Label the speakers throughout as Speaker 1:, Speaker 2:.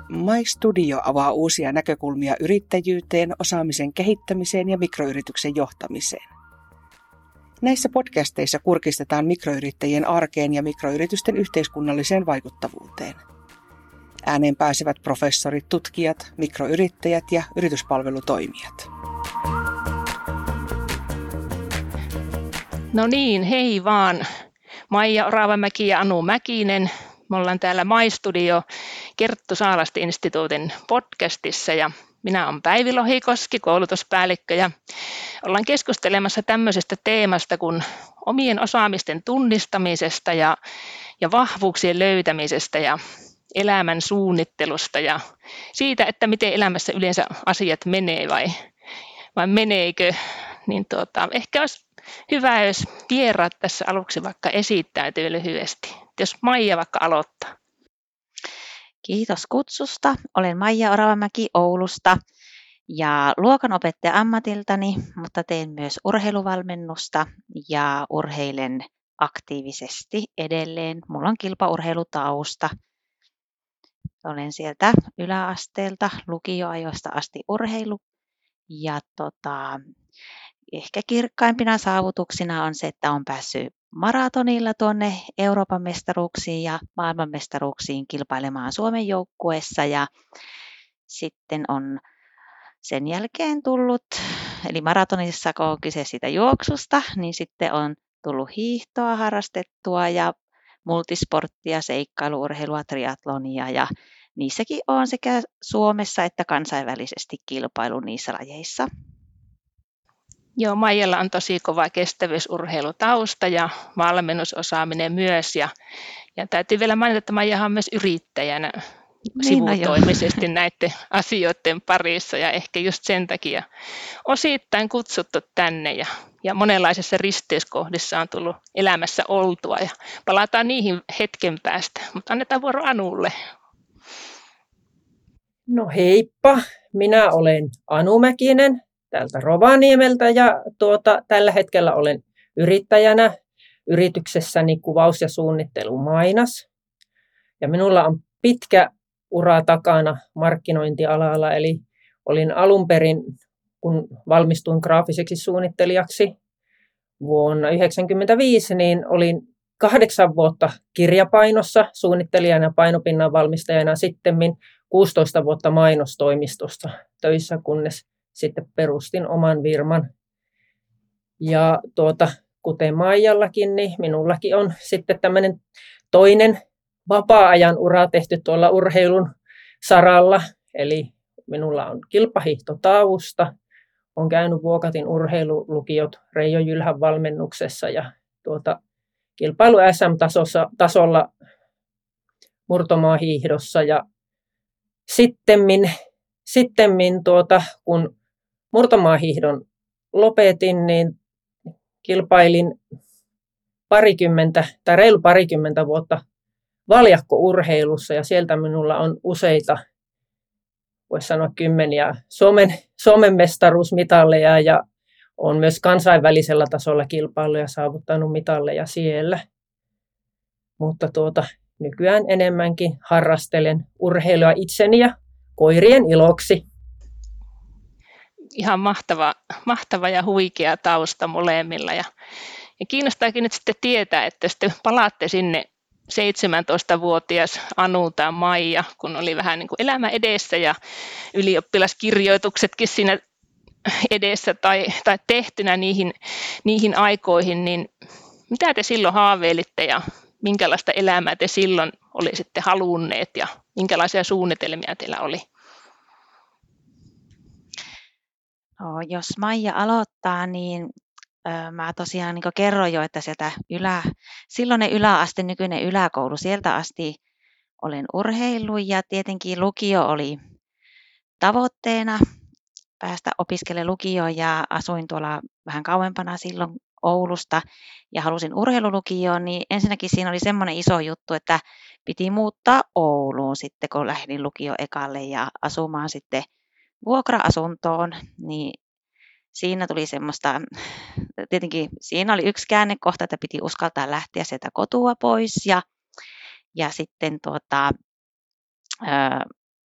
Speaker 1: My Studio avaa uusia näkökulmia yrittäjyyteen, osaamisen kehittämiseen ja mikroyrityksen johtamiseen. Näissä podcasteissa kurkistetaan mikroyrittäjien arkeen ja mikroyritysten yhteiskunnalliseen vaikuttavuuteen. Ääneen pääsevät professorit, tutkijat, mikroyrittäjät ja yrityspalvelutoimijat.
Speaker 2: No niin, hei vaan. Maija Oravamäki ja Anu Mäkinen. Me ollaan täällä My Studio Kerttu Saalasti-instituutin podcastissa ja minä olen Päivi Lohikoski, koulutuspäällikkö, ja ollaan keskustelemassa tämmöisestä teemasta kuin omien osaamisten tunnistamisesta ja vahvuuksien löytämisestä ja elämän suunnittelusta ja siitä, että miten elämässä yleensä asiat menee vai meneekö. Niin ehkä olisi hyvä, jos vieraat tässä aluksi vaikka esittäytyy lyhyesti. Jos Maija vaikka aloittaa.
Speaker 3: Kiitos kutsusta. Olen Maija Oravamäki Oulusta ja luokanopettaja ammatiltani, mutta teen myös urheiluvalmennusta ja urheilen aktiivisesti edelleen. Mulla on kilpaurheilutausta. Olen sieltä yläasteelta lukioajoista asti urheilu ja ehkä kirkkaimpina saavutuksina on se, että olen päässyt maratonilla tuonne Euroopan mestaruuksiin ja maailmanmestaruuksiin kilpailemaan Suomen joukkueessa ja sitten on sen jälkeen tullut, eli maratonissa kun on kyse siitä juoksusta, niin sitten on tullut hiihtoa harrastettua ja multisporttia, seikkailuurheilua, triatlonia ja niissäkin on sekä Suomessa että kansainvälisesti kilpailu niissä lajeissa.
Speaker 2: Joo, Maijalla on tosi kova kestävyysurheilutausta ja valmennusosaaminen myös. Ja täytyy vielä mainita, että Maijahan on myös yrittäjänä sivutoimisesti näiden asioiden parissa ja ehkä just sen takia osittain kutsuttu tänne ja monenlaisissa risteyskohdissa on tullut elämässä oltua ja palataan niihin hetken päästä, mutta annetaan vuoro Anulle.
Speaker 4: No heippa, minä olen Anu Mäkinen täältä Rovaniemeltä ja tällä hetkellä olen yrittäjänä yrityksessäni kuvaus- ja suunnittelumainas. Ja minulla on pitkä ura takana markkinointialalla, eli olin alun perin, kun valmistuin graafiseksi suunnittelijaksi vuonna 1995, niin olin 8 vuotta kirjapainossa suunnittelijana ja painopinnan valmistajana, sittemmin 16 vuotta mainostoimistosta töissä, kunnes sitten perustin oman firman. Ja kuten Maijallakin, niin minullakin on sitten tämmöinen toinen vapaa-ajan ura tehty tuolla urheilun saralla. Eli minulla on kilpahiihtotausta. Olen käynyt Vuokatin urheilulukiot Reijo Jylhän valmennuksessa ja kilpailu SM-tasolla murtomaahiihdossa. Ja sittemmin kun murtomaahiihdon lopetin, niin kilpailin reilu parikymmentä vuotta valjakkourheilussa ja sieltä minulla on useita, voisi sanoa 10 Suomen mestaruusmitalleja ja olen myös kansainvälisellä tasolla kilpailuja saavuttanut mitalleja siellä. Mutta nykyään enemmänkin harrastelen urheilua itseni ja koirien iloksi.
Speaker 2: Ihan mahtava ja huikea tausta molemmilla. Ja kiinnostaakin nyt sitten tietää, että sitten palaatte sinne 17-vuotias Anu tai Maija, kun oli vähän niin kuin elämä edessä ja ylioppilaskirjoituksetkin siinä edessä tai tehtynä niihin aikoihin, niin mitä te silloin haaveilitte ja minkälaista elämää te silloin olisitte halunneet ja minkälaisia suunnitelmia teillä oli?
Speaker 3: No, jos Maija aloittaa, niin mä tosiaan niin kuin kerroin jo, että sieltä silloinen yläaste, nykyinen yläkoulu, sieltä asti olen urheillut ja tietenkin lukio oli tavoitteena päästä opiskelemaan lukioon ja asuin tuolla vähän kauempana silloin Oulusta ja halusin urheilulukioon, niin ensinnäkin siinä oli semmoinen iso juttu, että piti muuttaa Ouluun sitten, kun lähdin lukio ekalle ja asumaan sitten vuokra-asuntoon, niin siinä tuli semmoista, tietenkin siinä oli yksi käännekohta, että piti uskaltaa lähteä sieltä kotua pois ja sitten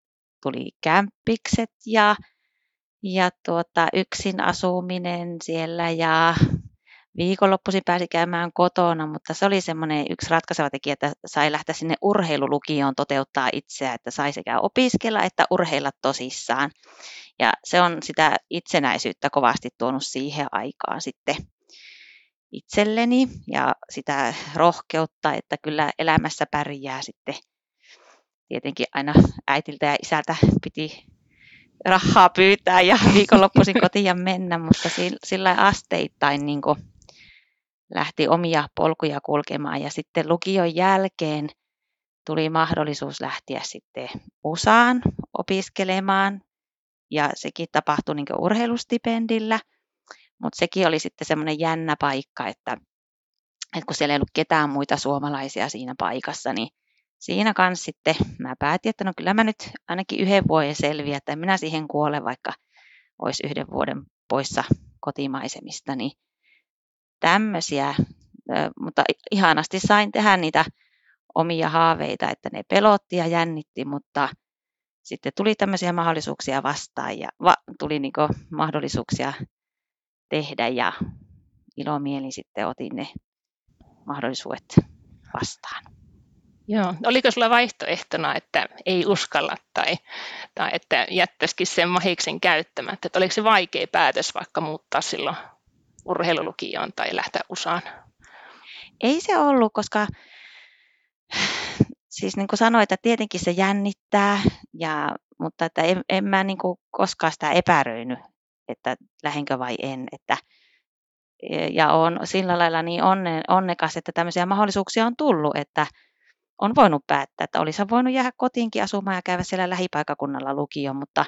Speaker 3: tuli kämppikset ja yksin asuminen siellä ja viikonloppuisin pääsi käymään kotona, mutta se oli semmoinen yksi ratkaiseva tekijä, että sai lähteä sinne urheilulukioon toteuttaa itseä, että sai sekä opiskella että urheilla tosissaan. Ja se on sitä itsenäisyyttä kovasti tuonut siihen aikaan sitten itselleni ja sitä rohkeutta, että kyllä elämässä pärjää sitten. Tietenkin aina äitiltä ja isältä piti rahaa pyytää ja viikonloppuisin kotiin mennä, mutta sillä asteittain niin kuin lähti omia polkuja kulkemaan. Ja sitten lukion jälkeen tuli mahdollisuus lähteä sitten USAan opiskelemaan ja sekin tapahtui niin kuin urheilustipendillä, mutta sekin oli sitten semmoinen jännä paikka, että kun siellä ei ollut ketään muita suomalaisia siinä paikassa, niin siinä kanssa sitten mä päätin, että no kyllä mä nyt ainakin 1 vuoden selviän, että en minä siihen kuole, vaikka olisi 1 vuoden poissa kotimaisemista, niin tämmöisiä, mutta ihanasti sain tehdä niitä omia haaveita, että ne pelotti ja jännitti, mutta sitten tuli tämmöisiä mahdollisuuksia vastaan ja tuli niinku mahdollisuuksia tehdä ja ilomielin sitten otin ne mahdollisuudet vastaan.
Speaker 2: Joo. Oliko sulla vaihtoehtona, että ei uskalla tai että jättäisikin sen mahiksen käyttämättä? Että oliko se vaikea päätös vaikka muuttaa silloin urheilulukioon tai lähteä USAan?
Speaker 3: Ei se ollut, koska siis niin kuin sanoin, että tietenkin se jännittää, mutta että en mä niin kuin koskaan sitä epäröinyt, että lähdenkö vai en. Ja olen sillä lailla niin onnekas, että tämmöisiä mahdollisuuksia on tullut, että on voinut päättää, että olisi voinut jäädä kotiinkin asumaan ja käydä siellä lähipaikakunnalla lukioon, mutta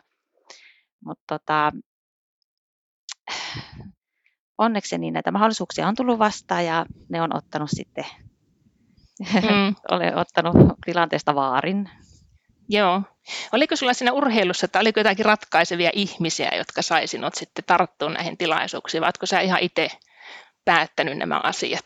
Speaker 3: onneksi niin näitä mahdollisuuksia on tullut vastaan ja ne on ottanut sitten, olen ottanut tilanteesta vaarin.
Speaker 2: Joo. Oliko sulla siinä urheilussa, että oliko jotakin ratkaisevia ihmisiä, jotka sai sinut sitten tarttua näihin tilaisuuksiin, vai oletko sä ihan itse päättänyt nämä asiat?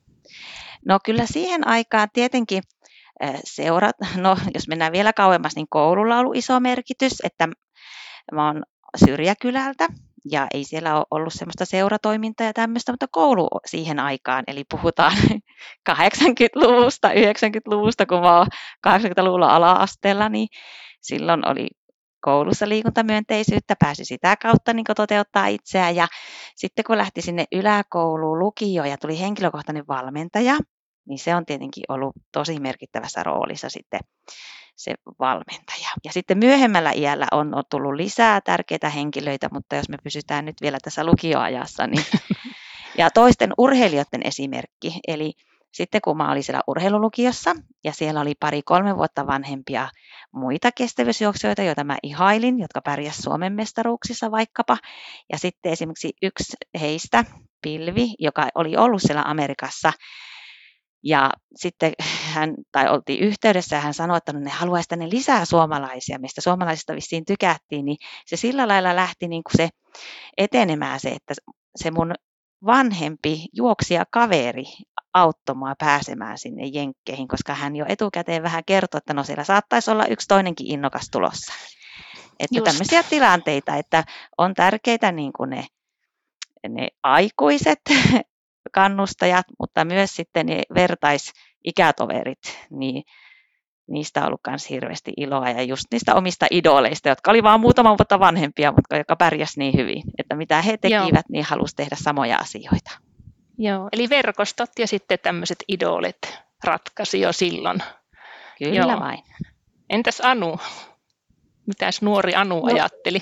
Speaker 3: No kyllä siihen aikaan tietenkin seurat, no jos mennään vielä kauemmas, niin koululla on ollut iso merkitys, että mä oon syrjäkylältä ja ei siellä ole ollut semmoista seuratoimintaa ja tämmöistä, mutta koulu siihen aikaan, eli puhutaan 80-luvusta, 90-luvusta, kun mä oon 80-luvulla ala-asteella, niin silloin oli koulussa liikuntamyönteisyyttä, pääsi sitä kautta niin toteuttaa itseään ja sitten kun lähti sinne yläkouluun lukioon ja tuli henkilökohtainen valmentaja, niin se on tietenkin ollut tosi merkittävässä roolissa sitten se valmentaja. Ja sitten myöhemmällä iällä on tullut lisää tärkeitä henkilöitä, mutta jos me pysytään nyt vielä tässä lukioajassa, niin ja toisten urheilijoiden esimerkki, eli sitten kun mä olin siellä urheilulukiossa ja siellä oli 2-3 vuotta vanhempia muita kestävyysjuoksijoita, joita mä ihailin, jotka pärjäsivät Suomen mestaruuksissa vaikkapa. Ja sitten esimerkiksi yksi heistä, Pilvi, joka oli ollut siellä Amerikassa, ja sitten oltiin yhteydessä ja hän sanoi, että ne haluaisi tänne lisää suomalaisia, mistä suomalaisista vissiin tykättiin, niin se sillä lailla lähti niin kuin se etenemään se, että se mun vanhempi juoksijakaveri auttoi mua pääsemään sinne jenkkeihin, koska hän jo etukäteen vähän kertoi, että no siellä saattaisi olla yksi toinenkin innokas tulossa. Että tämmöisiä tilanteita, että on tärkeitä niin kuin ne aikuiset kannustajat, mutta myös sitten ne vertaisikätoverit, niin niistä on ollut myös hirveästi iloa ja just niistä omista idoleista, jotka oli vaan muutama vuotta vanhempia, mutta jotka pärjäsi niin hyvin, että mitä he tekivät, niin halusi tehdä samoja asioita.
Speaker 2: Joo, eli verkostot ja sitten tämmöiset idolit ratkaisi jo silloin.
Speaker 3: Kyllä vain.
Speaker 2: Entäs Anu? Mitäs nuori Anu ajatteli?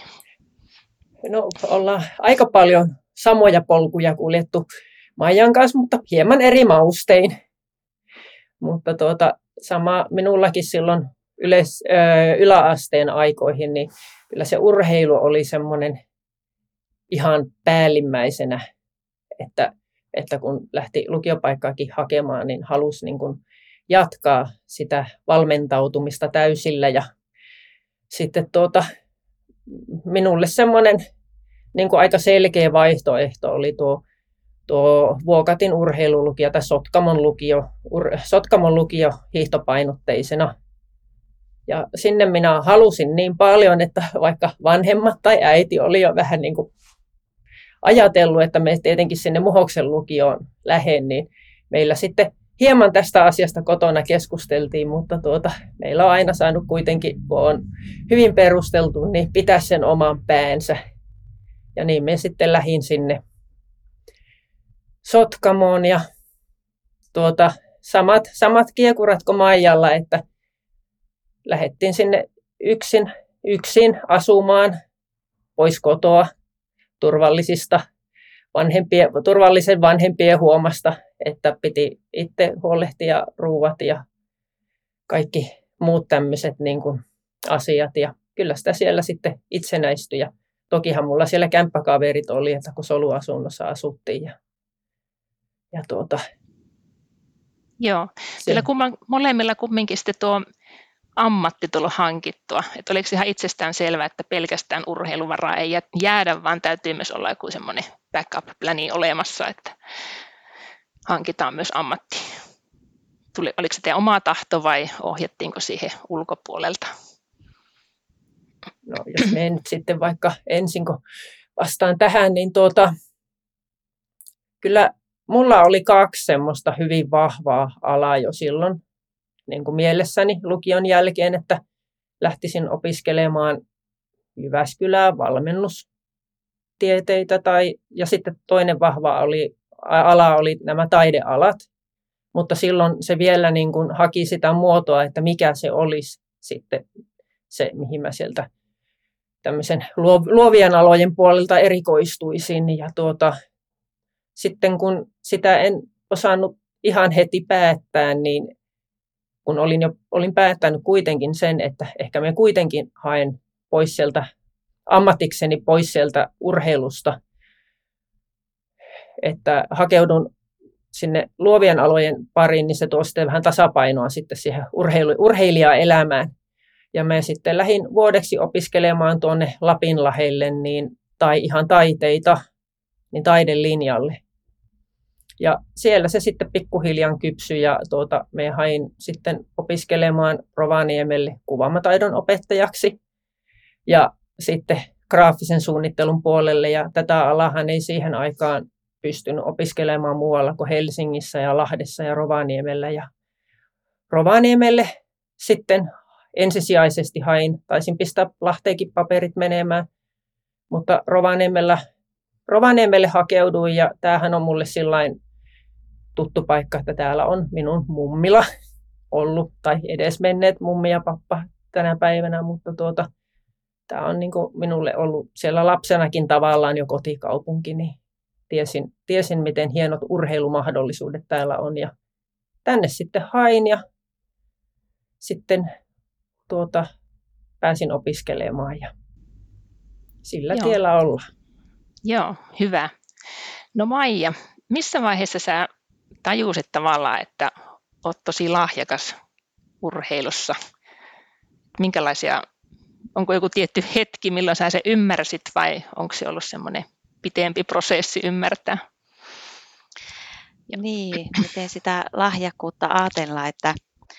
Speaker 4: No ollaan aika paljon samoja polkuja kuljettu Maijan kanssa, mutta hieman eri maustein. Mutta sama minullakin silloin yläasteen aikoihin, niin kyllä se urheilu oli semmoinen ihan päällimmäisenä, että kun lähti lukiopaikkaakin hakemaan, niin halusi niin kuin jatkaa sitä valmentautumista täysillä. Ja sitten minulle semmoinen niin kuin aika selkeä vaihtoehto oli tuo Vuokatin urheilulukio tai Sotkamon lukio hiihtopainotteisena. Ja sinne minä halusin niin paljon, että vaikka vanhemmat tai äiti oli jo vähän niin kuin ajatellut, että me tietenkin sinne Muhoksen lukioon lähden, niin meillä sitten hieman tästä asiasta kotona keskusteltiin, mutta meillä on aina saanut kuitenkin, kun on hyvin perusteltu, niin pitää sen oman päänsä. Ja niin me sitten lähdin sinne Sotkamoon ja samat kiekurat kuin Maijalla, että lähdettiin sinne yksin asumaan pois kotoa turvallisen vanhempien huomasta, että piti itse huolehtia ruuat ja kaikki muut tämmöiset niin kuin asiat. Ja kyllä sitä siellä sitten itsenäistyi. Ja tokihan mulla siellä kämppäkaverit oli, että kun soluasunnossa asuttiin.
Speaker 2: Joo, kyllä molemmilla kumminkin sitten tuo ammatti tullut hankittua. Että oliko ihan itsestään selvää, että pelkästään urheiluvaraa ei jäädä, vaan täytyy myös olla joku semmoinen backup-pläni olemassa, että hankitaan myös ammatti. Oliko se teidän oma tahto vai ohjattiinko siihen ulkopuolelta?
Speaker 4: No jos me nyt sitten vaikka ensin kun vastaan tähän, niin kyllä mulla oli 2 semmoista hyvin vahvaa alaa jo silloin niin kuin mielessäni lukion jälkeen, että lähtisin opiskelemaan Jyväskylään valmennustieteitä ja sitten toinen vahva ala oli nämä taidealat, mutta silloin se vielä niin kuin haki sitä muotoa, että mikä se olisi sitten se, mihin mä sieltä tämmöisen luovien alojen puolelta erikoistuisin ja sitten kun sitä en osannut ihan heti päättää, niin kun olin päättänyt kuitenkin sen, että ehkä mä kuitenkin haen pois sieltä ammatikseni pois sieltä urheilusta, että hakeudun sinne luovien alojen pariin, niin se tuo sitten vähän tasapainoa sitten siihen urheilijaelämään. Ja mä sitten lähdin vuodeksi opiskelemaan tuonne Lapinlahdelle tai ihan taiteita, niin taidelinjalle. Ja siellä se sitten pikkuhiljaa kypsyi ja me hain sitten opiskelemaan Rovaniemelle kuvaamataidon opettajaksi ja sitten graafisen suunnittelun puolelle. Ja tätä alahan ei siihen aikaan pystynyt opiskelemaan muualla kuin Helsingissä ja Lahdessa ja Rovaniemellä. Ja Rovaniemelle sitten ensisijaisesti taisin pistää Lahteenkin paperit menemään, mutta Rovaniemelle hakeuduin ja tämähän on mulle sillain tuttu paikka, että täällä on minun mummila ollut tai edes menneet mummi ja pappa tänä päivänä, mutta tämä on niin kuin minulle ollut siellä lapsenakin tavallaan jo kotikaupunki, niin tiesin miten hienot urheilumahdollisuudet täällä on ja tänne sitten hain ja sitten pääsin opiskelemaan ja sillä tiellä ollaan.
Speaker 2: Joo, hyvä. No Maija, missä vaiheessa sä tajusit tavallaan, että olet tosi lahjakas urheilussa? Onko joku tietty hetki, milloin sä se ymmärsit vai onko se ollut semmoinen pitempi prosessi ymmärtää?
Speaker 3: Niin, miten sitä lahjakkuutta ajatellaan, että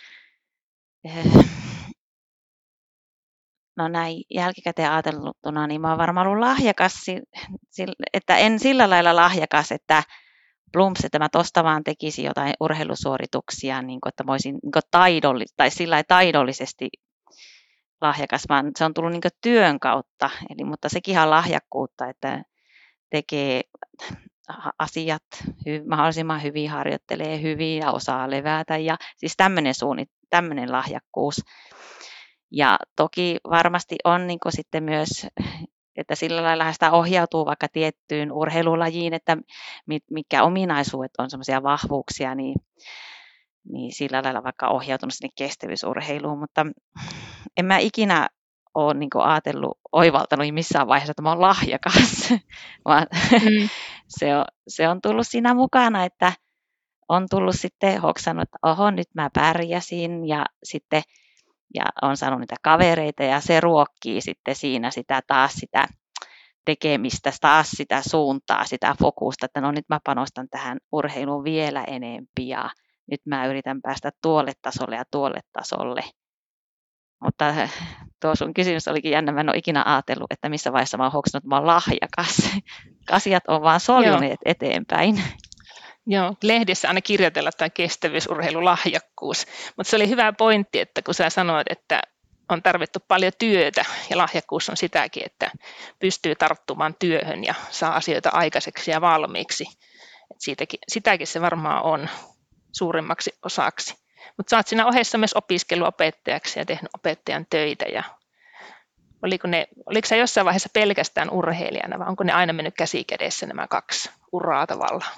Speaker 3: no näin jälkikäteen ajateltuna, niin mä oon varmaan ollut lahjakas, että en sillä lailla lahjakas, että plumps, että mä tosta vaan tekisin jotain urheilusuorituksia, niin kuin, että mä olisin niin sillä taidollisesti lahjakas, vaan se on tullut niin työn kautta, mutta sekin on lahjakkuutta, että tekee asiat mahdollisimman hyvin, harjoittelee hyvin ja osaa levätä ja siis tämmöinen lahjakkuus. Ja toki varmasti on niin sitten myös, että sillä lailla sitä ohjautuu vaikka tiettyyn urheilulajiin, että mitkä ominaisuudet on semmoisia vahvuuksia, niin sillä lailla vaikka ohjautunut sinne kestävyysurheiluun, mutta en mä ikinä ole niin ajatellut, oivaltanut missään vaiheessa, että mä oon lahjakas, vaan se on tullut siinä mukana, että on tullut sitten hoksannut, että oho, nyt mä pärjäsin ja on saanut niitä kavereita ja se ruokkii sitten siinä sitä tekemistä, taas sitä suuntaa, sitä fokusta, että no nyt mä panostan tähän urheiluun vielä enempi ja nyt mä yritän päästä tuolle tasolle ja tuolle tasolle. Mutta tuo sun kysymys olikin jännä. Mä en ole ikinä ajatellut, että missä vaiheessa mä oon hoksannut, että mä oon lahjakas. Asiat on vaan soljuneet eteenpäin.
Speaker 2: Joo, lehdissä aina kirjoitella tämä kestävyysurheilulahjakkuus, mutta se oli hyvä pointti, että kun sä sanoit, että on tarvittu paljon työtä ja lahjakkuus on sitäkin, että pystyy tarttumaan työhön ja saa asioita aikaiseksi ja valmiiksi. Sitäkin se varmaan on suurimmaksi osaksi. Mutta sä oot siinä ohessa myös opiskellut opettajaksi ja tehnyt opettajan töitä. Ja oliko sä jossain vaiheessa pelkästään urheilijana vai onko ne aina mennyt käsi kädessä nämä kaksi uraa tavallaan?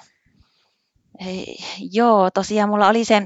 Speaker 3: Joo, tosiaan mulla oli sen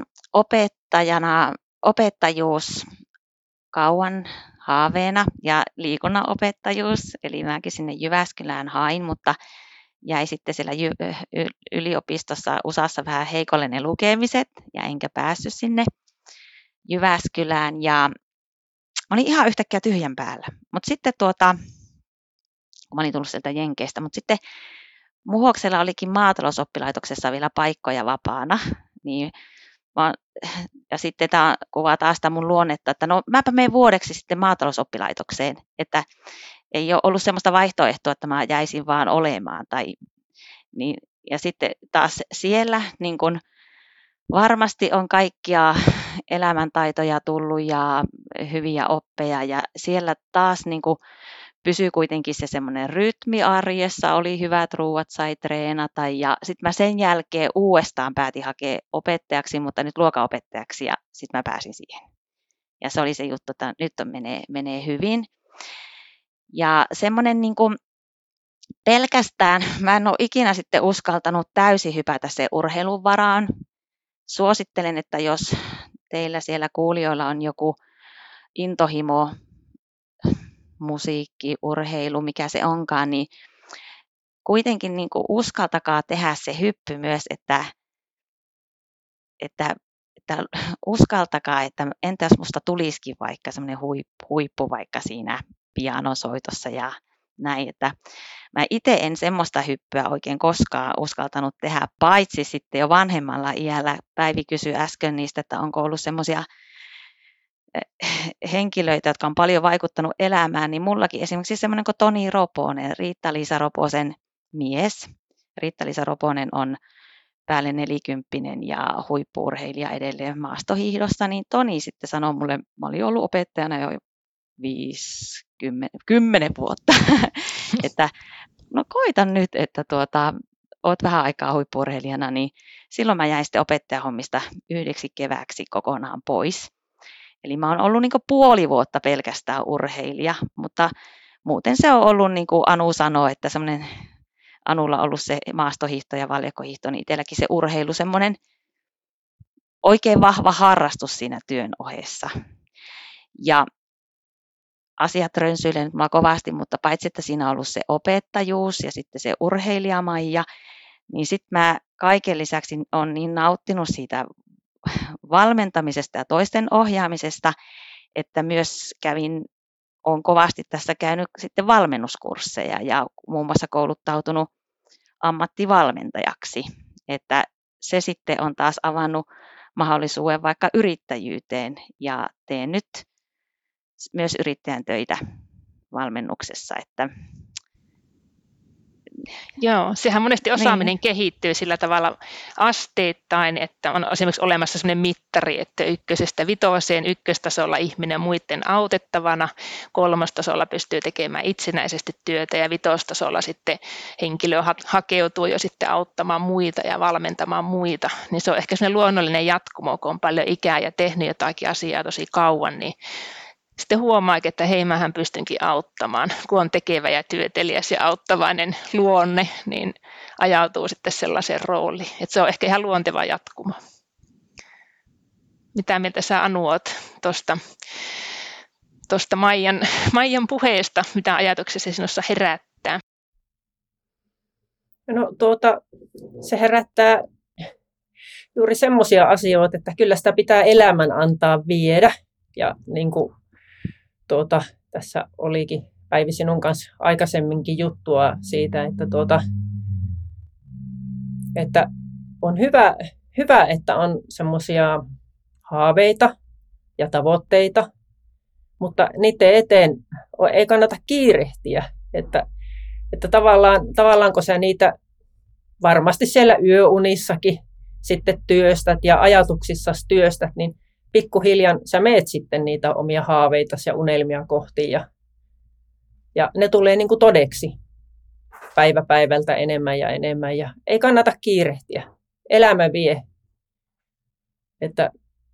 Speaker 3: opettajuus kauan haaveena ja liikunnan opettajuus, eli mäkin sinne Jyväskylään hain, mutta jäi sitten siellä yliopistossa USAssa vähän heikolle ne lukemiset ja enkä päässyt sinne Jyväskylään ja olin ihan yhtäkkiä tyhjän päällä. Mutta sitten kun mä olin tullut sieltä Jenkeistä, mutta sitten Muhoksella olikin maatalousoppilaitoksessa vielä paikkoja vapaana, niin ja sitten tämä kuvaa taas sitä mun luonnetta, että no mäpä menen vuodeksi sitten maatalousoppilaitokseen, että ei ole ollut sellaista vaihtoehtoa, että mä jäisin vaan olemaan. Niin, ja sitten taas siellä niin kun varmasti on kaikkia elämäntaitoja tullut ja hyviä oppeja ja siellä taas niin kun pysyy kuitenkin se semmoinen rytmi arjessa, oli hyvät ruuat, sai treenata ja sitten mä sen jälkeen uudestaan päätin hakea opettajaksi, mutta nyt luokanopettajaksi ja sitten mä pääsin siihen. Ja se oli se juttu, että nyt menee hyvin. Ja semmoinen niin kuin pelkästään, mä en ole ikinä sitten uskaltanut täysin hypätä se urheilun varaan. Suosittelen, että jos teillä siellä kuulijoilla on joku intohimo, musiikki, urheilu, mikä se onkaan, niin kuitenkin niin kuin uskaltakaa tehdä se hyppy myös, että uskaltakaa, että entä jos musta tulisikin vaikka semmoinen huippu vaikka siinä pianosoitossa ja näin, että mä itse en semmoista hyppyä oikein koskaan uskaltanut tehdä, paitsi sitten jo vanhemmalla iällä. Päivi kysyi äsken niistä, että onko ollut semmoisia henkilöitä, jotka on paljon vaikuttanut elämään, niin mullakin esimerkiksi semmoinen kuin Toni Roponen, Riitta-Liisa Roposen mies. Riitta-Liisa Roponen on päälle 40 ja huippu-urheilija edelleen maastohiihdossa, niin Toni sitten sanoi mulle, mä olin ollut opettajana jo 10 vuotta, että no koitan nyt, että oot vähän aikaa huippu-urheilijana, niin silloin mä jäin sitten opettajahommista 1 kevääksi kokonaan pois. Eli mä oon ollut niin kuin puoli vuotta pelkästään urheilija, mutta muuten se on ollut, niin kuin Anu sanoi, että semmoinen Anulla on ollut se maastohiihto ja valjakkohiihto, niin itselläkin se urheilu semmoinen oikein vahva harrastus siinä työn ohessa. Ja asiat rönsyilee nyt mulla kovasti, mutta paitsi että siinä on ollut se opettajuus ja sitten se urheilijamaija, niin sitten mä kaiken lisäksi on niin nauttinut siitä valmentamisesta ja toisten ohjaamisesta, että myös olen kovasti tässä käynyt sitten valmennuskursseja ja muun muassa kouluttautunut ammattivalmentajaksi, että se sitten on taas avannut mahdollisuuden vaikka yrittäjyyteen ja teen nyt myös yrittäjän töitä valmennuksessa, että
Speaker 2: Joo, sehän monesti osaaminen kehittyy sillä tavalla asteittain, että on esimerkiksi olemassa sellainen mittari, että 1–5 ykköstasolla ihminen muiden autettavana, 3. tasolla pystyy tekemään itsenäisesti työtä ja 5. tasolla sitten henkilö hakeutuu jo sitten auttamaan muita ja valmentamaan muita, niin se on ehkä sellainen luonnollinen jatkumo, kun on paljon ikää ja tehnyt jotakin asiaa tosi kauan, niin sitten huomaa, että hei, mähän pystynkin auttamaan, kun on tekevä ja työteliäs ja auttavainen luonne, niin ajautuu sitten sellaiseen rooliin. Että se on ehkä ihan luonteva jatkumo. Mitä mieltä sä, Anu, oot tuosta Maijan puheesta? Mitä ajatuksia se sinussa herättää?
Speaker 4: No se herättää juuri semmoisia asioita, että kyllä sitä pitää elämän antaa viedä. Ja niin kuin tässä olikin Päivi sinun kanssa aikaisemminkin juttua siitä, että on hyvä, että on semmoisia haaveita ja tavoitteita, mutta niiden eteen ei kannata kiirehtiä, että tavallaan kun sä niitä varmasti siellä yöunissakin sitten työstät ja ajatuksissasi työstät, niin pikkuhiljaa sä meet sitten niitä omia haaveitasi ja unelmia kohti ja ne tulee niin kuin todeksi päivä päivältä enemmän ja enemmän ja ei kannata kiirehtiä. Elämä vie. Että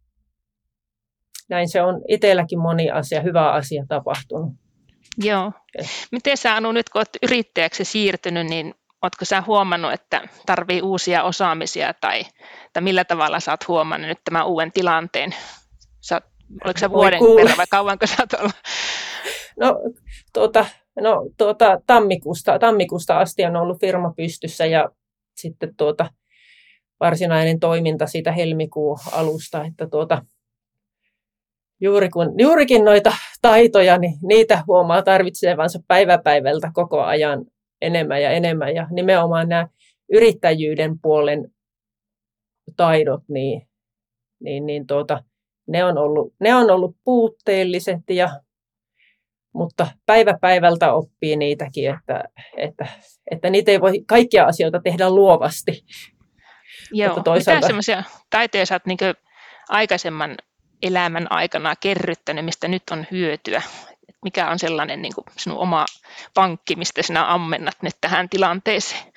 Speaker 4: näin se on itselläkin moni asia, hyvä asia tapahtunut.
Speaker 2: Joo. Miten sä, Anu, nyt kun olet yrittäjäksi siirtynyt, niin oletko sä huomannut, että tarvii uusia osaamisia tai millä tavalla sä oot huomannut nyt tämän uuden tilanteen? Oliko sä vuoden verran vai kauanko sä oot ollut?
Speaker 4: Tammikuusta asti on ollut firma pystyssä ja sitten varsinainen toiminta siitä helmikuun alusta, että juurikin noita taitoja, niin niitä huomaa tarvitsevansa päivä päivältä koko ajan enemmän ja enemmän. Ja nimenomaan nämä yrittäjyyden puolen taidot, ne on ollut puutteelliset, mutta päivä päivältä oppii niitäkin, että niitä ei voi kaikkia asioita tehdä luovasti.
Speaker 2: Joo, mitä sellaisia taitoja sä oot niin aikaisemman elämän aikana kerryttänyt, mistä nyt on hyötyä? Mikä on sellainen niin sinun oma pankki, mistä sinä ammennat nyt tähän tilanteeseen?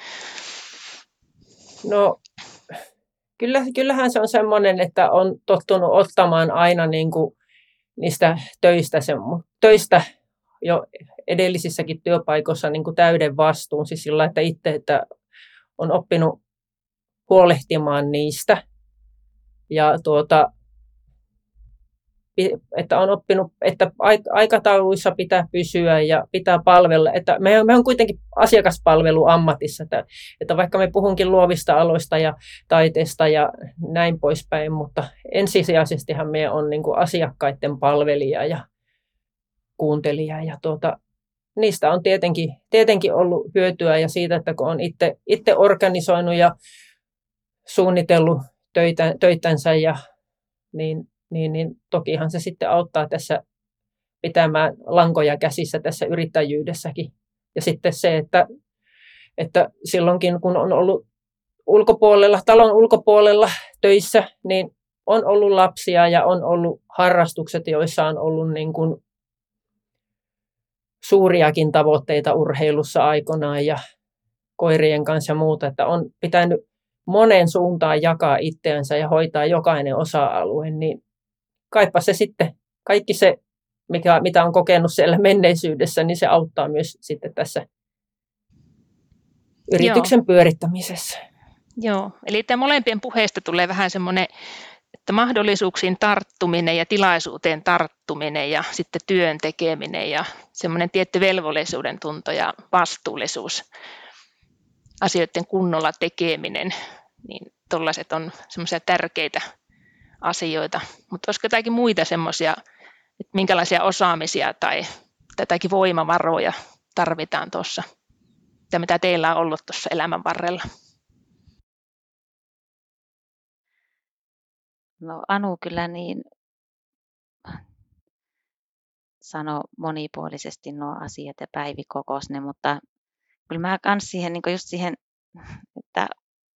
Speaker 4: No, kyllähän se on semmoinen, että on tottunut ottamaan aina niin kuin niistä töistä jo edellisissäkin työpaikoissa niin kuin täyden vastuun. Siis sillä, että on oppinut huolehtimaan niistä ja että on oppinut, että aikatauluissa pitää pysyä ja pitää palvella. Että me on kuitenkin asiakaspalveluammatissa, että vaikka me puhunkin luovista aloista ja taiteesta ja näin poispäin, mutta ensisijaisestihan me on niin kuin asiakkaiden palvelija ja kuuntelija. Ja niistä on tietenkin ollut hyötyä ja siitä, että kun on itse organisoinut ja suunnitellut töitänsä niin tokihan se sitten auttaa tässä pitämään lankoja käsissä tässä yrittäjyydessäkin. Ja sitten se, että silloinkin kun on ollut talon ulkopuolella töissä, niin on ollut lapsia ja on ollut harrastukset, joissa on ollut niin kuin suuriakin tavoitteita urheilussa aikoinaan ja koirien kanssa ja muuta, että on pitänyt monen suuntaan jakaa itseänsä ja hoitaa jokainen osa-alue, niin kaipa se sitten, kaikki se, mitä on kokenut siellä menneisyydessä, niin se auttaa myös sitten tässä yrityksen pyörittämisessä.
Speaker 2: Joo, eli tämä molempien puheista tulee vähän semmoinen, että mahdollisuuksiin tarttuminen ja tilaisuuteen tarttuminen ja sitten työn tekeminen ja semmoinen tietty velvollisuuden tunto ja vastuullisuus, asioiden kunnolla tekeminen, niin tuollaiset on semmoisia tärkeitä asioita. Mutta olisiko jotakin muita semmoisia, että minkälaisia osaamisia tai jotakin voimavaroja tarvitaan tuossa, mitä teillä on ollut tuossa elämän varrella?
Speaker 3: No Anu kyllä niin sanoi monipuolisesti nuo asiat ja Päivi kokosi ne, mutta kyllä mä kans siihen, niin just siihen, että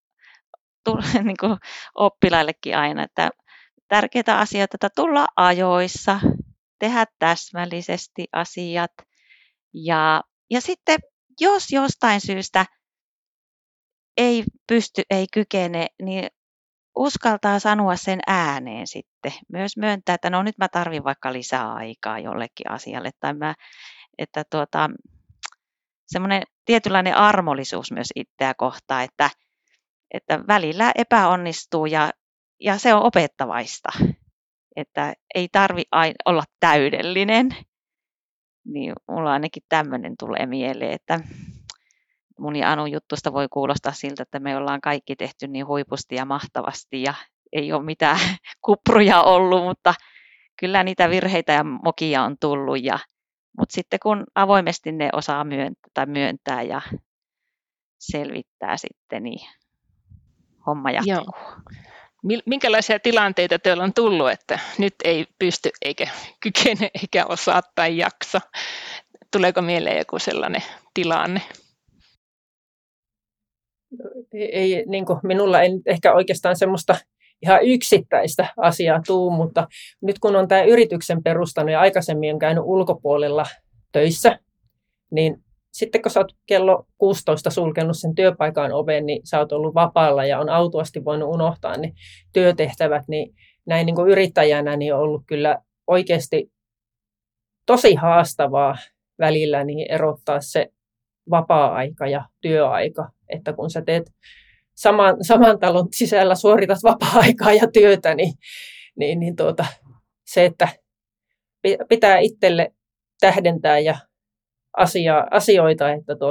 Speaker 3: niin oppilaillekin aina, että tärkeitä asioita, että tulla ajoissa, tehdä täsmällisesti asiat ja sitten jos jostain syystä ei pysty, ei kykene, niin uskaltaa sanoa sen ääneen sitten. Myös myöntää, että no nyt mä tarvin vaikka lisää aikaa jollekin asialle. Tai että semmoinen tietynlainen armollisuus myös itseä kohtaan, että välillä epäonnistuu ja se on opettavaista. Että ei tarvitse olla täydellinen. Niin mulla ainakin tämmöinen tulee mieleen, että mun ja Anun juttusta voi kuulostaa siltä, että me ollaan kaikki tehty niin huipusti ja mahtavasti ja ei ole mitään kupruja ollut, mutta kyllä niitä virheitä ja mokia on tullut. Mutta sitten kun avoimesti ne osaa myöntää ja selvittää sitten, niin homma jatkuu.
Speaker 2: Minkälaisia tilanteita teillä on tullut, että nyt ei pysty eikä kykene eikä osaa tai jaksa? Tuleeko mieleen joku sellainen tilanne?
Speaker 4: Ei, niin kuin minulla ei ehkä oikeastaan semmoista ihan yksittäistä asiaa tuu, mutta nyt kun on tämä yrityksen perustanut ja aikaisemmin on käynyt ulkopuolella töissä, niin sitten kun sä oot kello 16 sulkenut sen työpaikan oven, niin sä oot ollut vapaalla ja on autuasti voinut unohtaa ne työtehtävät, niin näin niin kuin yrittäjänä niin on ollut kyllä oikeasti tosi haastavaa välillä niin erottaa se vapaa-aika ja työaika, että kun sä teet saman talon sisällä suoritat vapaa-aikaa ja työtä, niin se, että pitää itselle tähdentää ja asioita,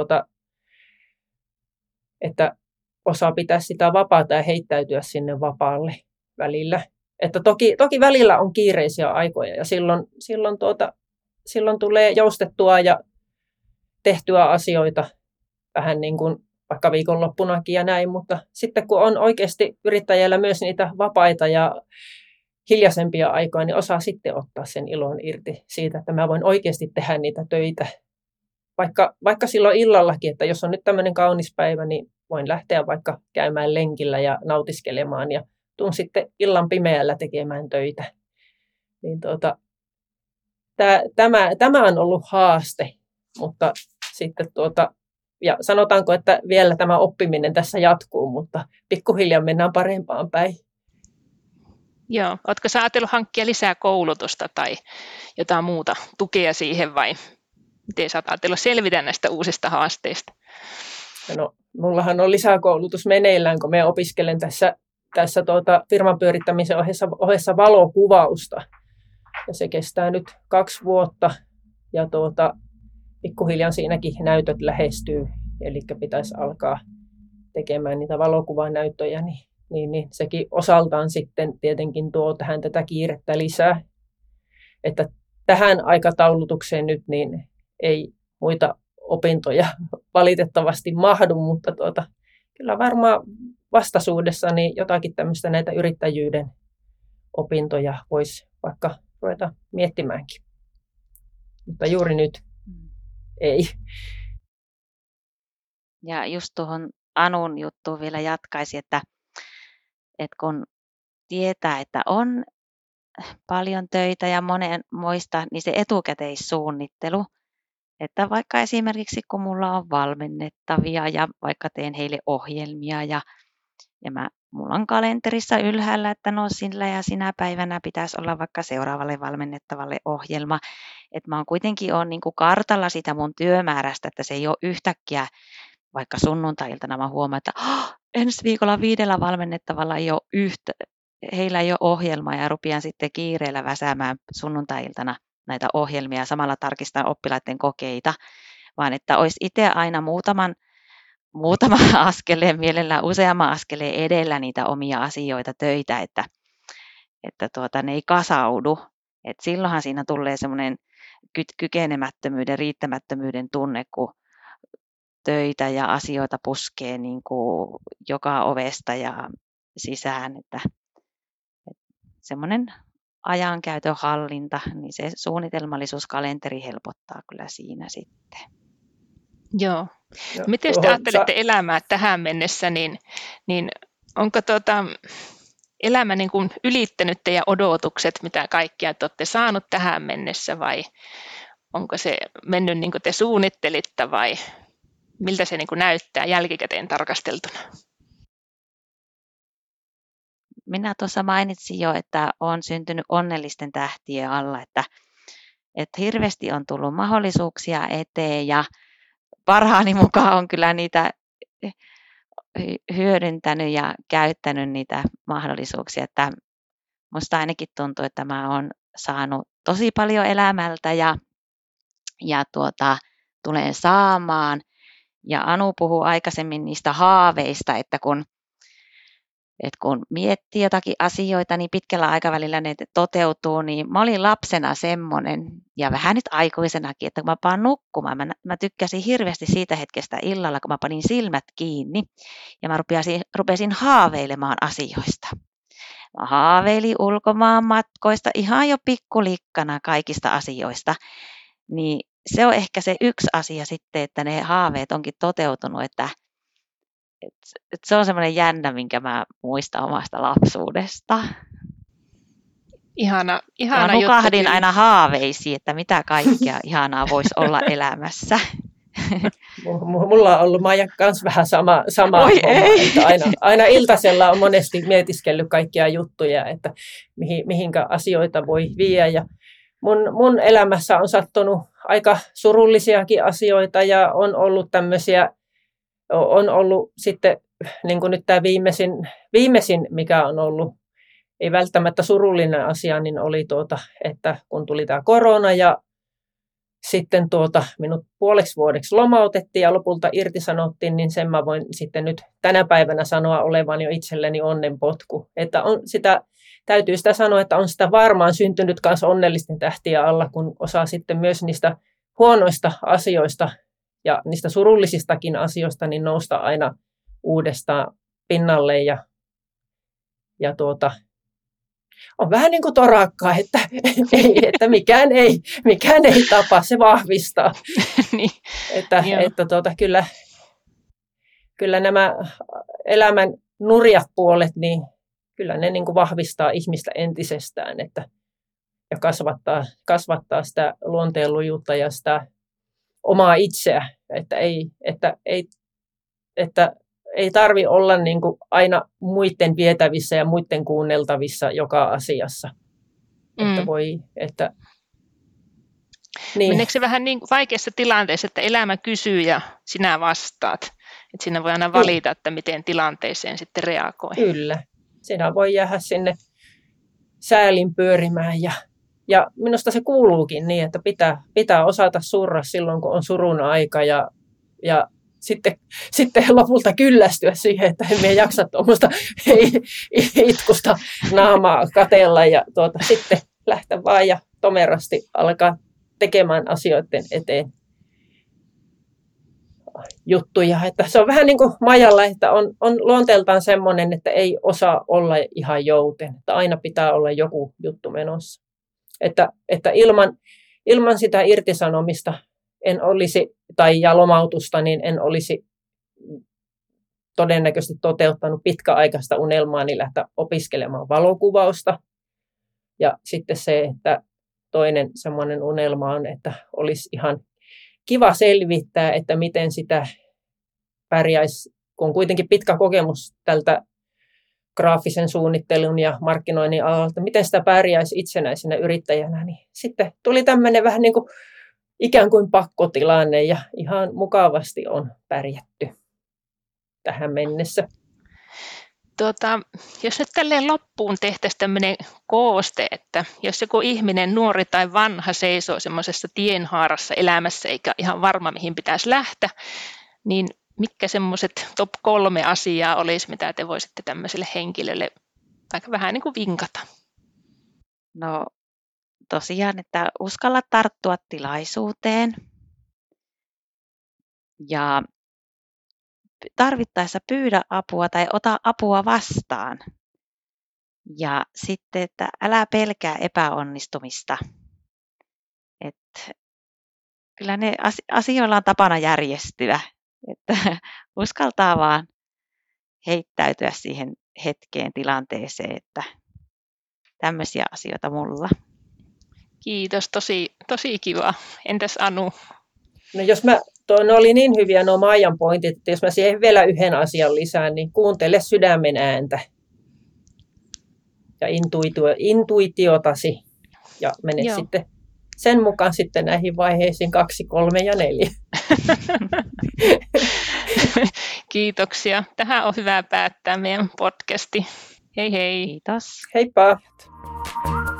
Speaker 4: että osaa pitää sitä vapaata ja heittäytyä sinne vapaalle välillä. Että toki välillä on kiireisiä aikoja ja silloin tulee joustettua ja tehtyä asioita vähän niin kuin vaikka viikonloppunakin ja näin, mutta sitten kun on oikeasti yrittäjällä myös niitä vapaita ja hiljaisempia aikoja, niin osaa sitten ottaa sen ilon irti siitä, että mä voin oikeasti tehdä niitä töitä. Vaikka silloin illallakin, että jos on nyt tämmöinen kaunis päivä, niin voin lähteä vaikka käymään lenkillä ja nautiskelemaan ja tuun sitten illan pimeällä tekemään töitä. Niin tämä on ollut haaste, mutta sitten ja sanotaanko, että vielä tämä oppiminen tässä jatkuu, mutta pikkuhiljaa mennään parempaan päin.
Speaker 2: Joo, oletko sä ajatellut hankkia lisää koulutusta tai jotain muuta tukea siihen vai miten sä oot ajatellut selvitä näistä uusista haasteista?
Speaker 4: No, mullahan on lisäkoulutus meneillään, kun me opiskelen tässä firman pyörittämisen ohessa valokuvausta. Ja se kestää nyt 2 vuotta ja pikkuhiljaa siinäkin näytöt lähestyy, eli pitäisi alkaa tekemään niitä valokuvanäyttöjä, niin sekin osaltaan sitten tietenkin tuo tähän tätä kiirettä lisää. Että tähän aikataulutukseen nyt niin ei muita opintoja valitettavasti mahdu, mutta kyllä varmaan vastaisuudessa niin jotakin tämmöistä näitä yrittäjyyden opintoja voisi vaikka ruveta miettimäänkin. Mutta juuri nyt ei.
Speaker 3: Ja just tuohon Anun juttuun vielä jatkaisin, että kun tietää, että on paljon töitä ja monenmoista, niin se etukäteissuunnittelu, että vaikka esimerkiksi kun mulla on valmennettavia ja vaikka teen heille ohjelmia ja mulla on kalenterissa ylhäällä, että no sillä ja sinä päivänä pitäisi olla vaikka seuraavalle valmennettavalle ohjelma. Että mä oon kuitenkin niin kuin kartalla sitä mun työmäärästä, että se ei ole yhtäkkiä, vaikka sunnuntai-iltana mä huomaan, että ensi viikolla 5 valmennettavalla heillä ei ole ohjelmaa ja rupean sitten kiireellä väsäämään sunnuntai-iltana näitä ohjelmia ja samalla tarkistan oppilaiden kokeita, vaan että olisi itse aina muutama askeleen, mielellään useamman askeleen edellä niitä omia asioita, töitä, että ne ei kasaudu. Et silloinhan siinä tulee semmoinen kykenemättömyyden, riittämättömyyden tunne, kun töitä ja asioita puskee niin kuin joka ovesta ja sisään. Että semmoinen ajankäytön hallinta, niin se suunnitelmallisuuskalenteri helpottaa kyllä siinä sitten.
Speaker 2: Joo. Miten te ajattelette elämää tähän mennessä, niin onko elämä niin kuin ylittänyt teidän odotukset, mitä kaikkia te olette saanut tähän mennessä, vai onko se mennyt niin kuin te suunnittelitte, vai miltä se niin kuin näyttää jälkikäteen tarkasteltuna?
Speaker 3: Minä tuossa mainitsin jo, että olen syntynyt onnellisten tähtien alla, että hirveästi on tullut mahdollisuuksia eteen ja parhaani mukaan on kyllä niitä hyödyntänyt ja käyttänyt niitä mahdollisuuksia, että musta ainakin tuntuu, että mä oon saanut tosi paljon elämältä ja tulen saamaan. Ja Anu puhui aikaisemmin niistä haaveista, että kun miettii jotakin asioita, niin pitkällä aikavälillä ne toteutuu, niin mä olin lapsena semmoinen, ja vähän nyt aikuisenakin, että kun mä panen nukkumaan, mä tykkäsin hirveästi siitä hetkestä illalla, kun mä panin silmät kiinni, ja mä rupesin haaveilemaan asioista. Mä haaveilin ulkomaan matkoista ihan jo pikkulikkana kaikista asioista. Niin se on ehkä se yksi asia sitten, että ne haaveet onkin toteutunut, että se on semmoinen jännä, minkä mä muistan omasta lapsuudesta.
Speaker 2: Ihana
Speaker 3: mä nukahdin juttu aina haaveisiin, että mitä kaikkea ihanaa voisi olla elämässä.
Speaker 4: Mulla on ollut Maija kanssa vähän sama homma, että aina iltasella on monesti mietiskellyt kaikkia juttuja, että mihinkä asioita voi viedä. Ja mun elämässä on sattunut aika surullisiakin asioita ja on ollut sitten, niin kuin nyt tämä viimeisin, mikä on ollut, ei välttämättä surullinen asia, niin oli että kun tuli tämä korona ja sitten minut puoleksi vuodeksi lomautettiin ja lopulta irtisanottiin, niin sen mä voin sitten nyt tänä päivänä sanoa olevan jo itselleni onnenpotku. Että täytyy sitä sanoa, että on sitä varmaan syntynyt myös onnellisten tähtiä alla, kun osaa sitten myös niistä huonoista asioista ja niistä surullisistakin asioista niin nousta aina uudestaan pinnalle ja on vähän niin kuin torakkaa, että mikään ei tapa, se vahvistaa.
Speaker 2: Niin,
Speaker 4: että kyllä nämä elämän nurjat puolet, niin kyllä ne niin kuin vahvistaa ihmistä entisestään, ja kasvattaa sitä luonteenlujuutta ja sitä omaa itseä, että ei tarvitse olla niin kuin aina muiden vietävissä ja muiden kuunneltavissa joka asiassa.
Speaker 2: Niin. Meneekö se vähän niin vaikeassa tilanteessa, että elämä kysyy ja sinä vastaat? Että siinä voi aina valita, että miten tilanteeseen sitten reagoi.
Speaker 4: Kyllä. Siinä voi jäädä sinne säälin pyörimään ja minusta se kuuluukin niin, että pitää osata surra silloin, kun on surun aika ja sitten lopulta kyllästyä siihen, että emme jaksa tuommoista itkusta naamaa katella ja sitten lähteä vaan ja tomerasti alkaa tekemään asioiden eteen juttuja. Että se on vähän niin kuin Maijalla, että on luonteeltaan semmoinen, että ei osaa olla ihan jouten, että aina pitää olla joku juttu menossa. Että ilman sitä irtisanomista en olisi, ja lomautusta, niin en olisi todennäköisesti toteuttanut pitkäaikaista unelmaani lähteä opiskelemaan valokuvausta. Ja sitten se, että toinen semmoinen unelma on, että olisi ihan kiva selvittää, että miten sitä pärjäisi, kun on kuitenkin pitkä kokemus tältä graafisen suunnittelun ja markkinoinnin alalta, miten sitä pärjäisi itsenäisenä yrittäjänä, niin sitten tuli tämmöinen vähän niin kuin ikään kuin pakkotilanne ja ihan mukavasti on pärjätty tähän mennessä.
Speaker 2: Jos nyt tälleen loppuun tehtäisiin tämmöinen kooste, että jos joku ihminen, nuori tai vanha, seisoo semmoisessa tienhaarassa elämässä eikä ihan varma mihin pitäisi lähteä, niin mitkä semmoiset top 3 asiaa olisi, mitä te voisitte tämmöiselle henkilölle aika vähän niin kuin vinkata?
Speaker 3: No tosiaan, että uskalla tarttua tilaisuuteen ja tarvittaessa pyydä apua tai ota apua vastaan. Ja sitten, että älä pelkää epäonnistumista. Että kyllä ne asioilla on tapana järjestyä. Että uskaltaa vaan heittäytyä siihen hetkeen, tilanteeseen, että tämmöisiä asioita mulla.
Speaker 2: Kiitos, tosi kiva. Entäs Anu?
Speaker 4: No jos ne oli niin hyviä nuo Maijan pointit, että jos mä siihen vielä yhden asian lisään, niin kuuntele sydämen ääntä ja intuitiotasi ja mene sitten sen mukaan sitten näihin vaiheisiin 2, 3 ja 4.
Speaker 2: Kiitoksia. Tähän on hyvä päättää meidän podcasti. Hei hei.
Speaker 3: Kiitos.
Speaker 4: Heippa.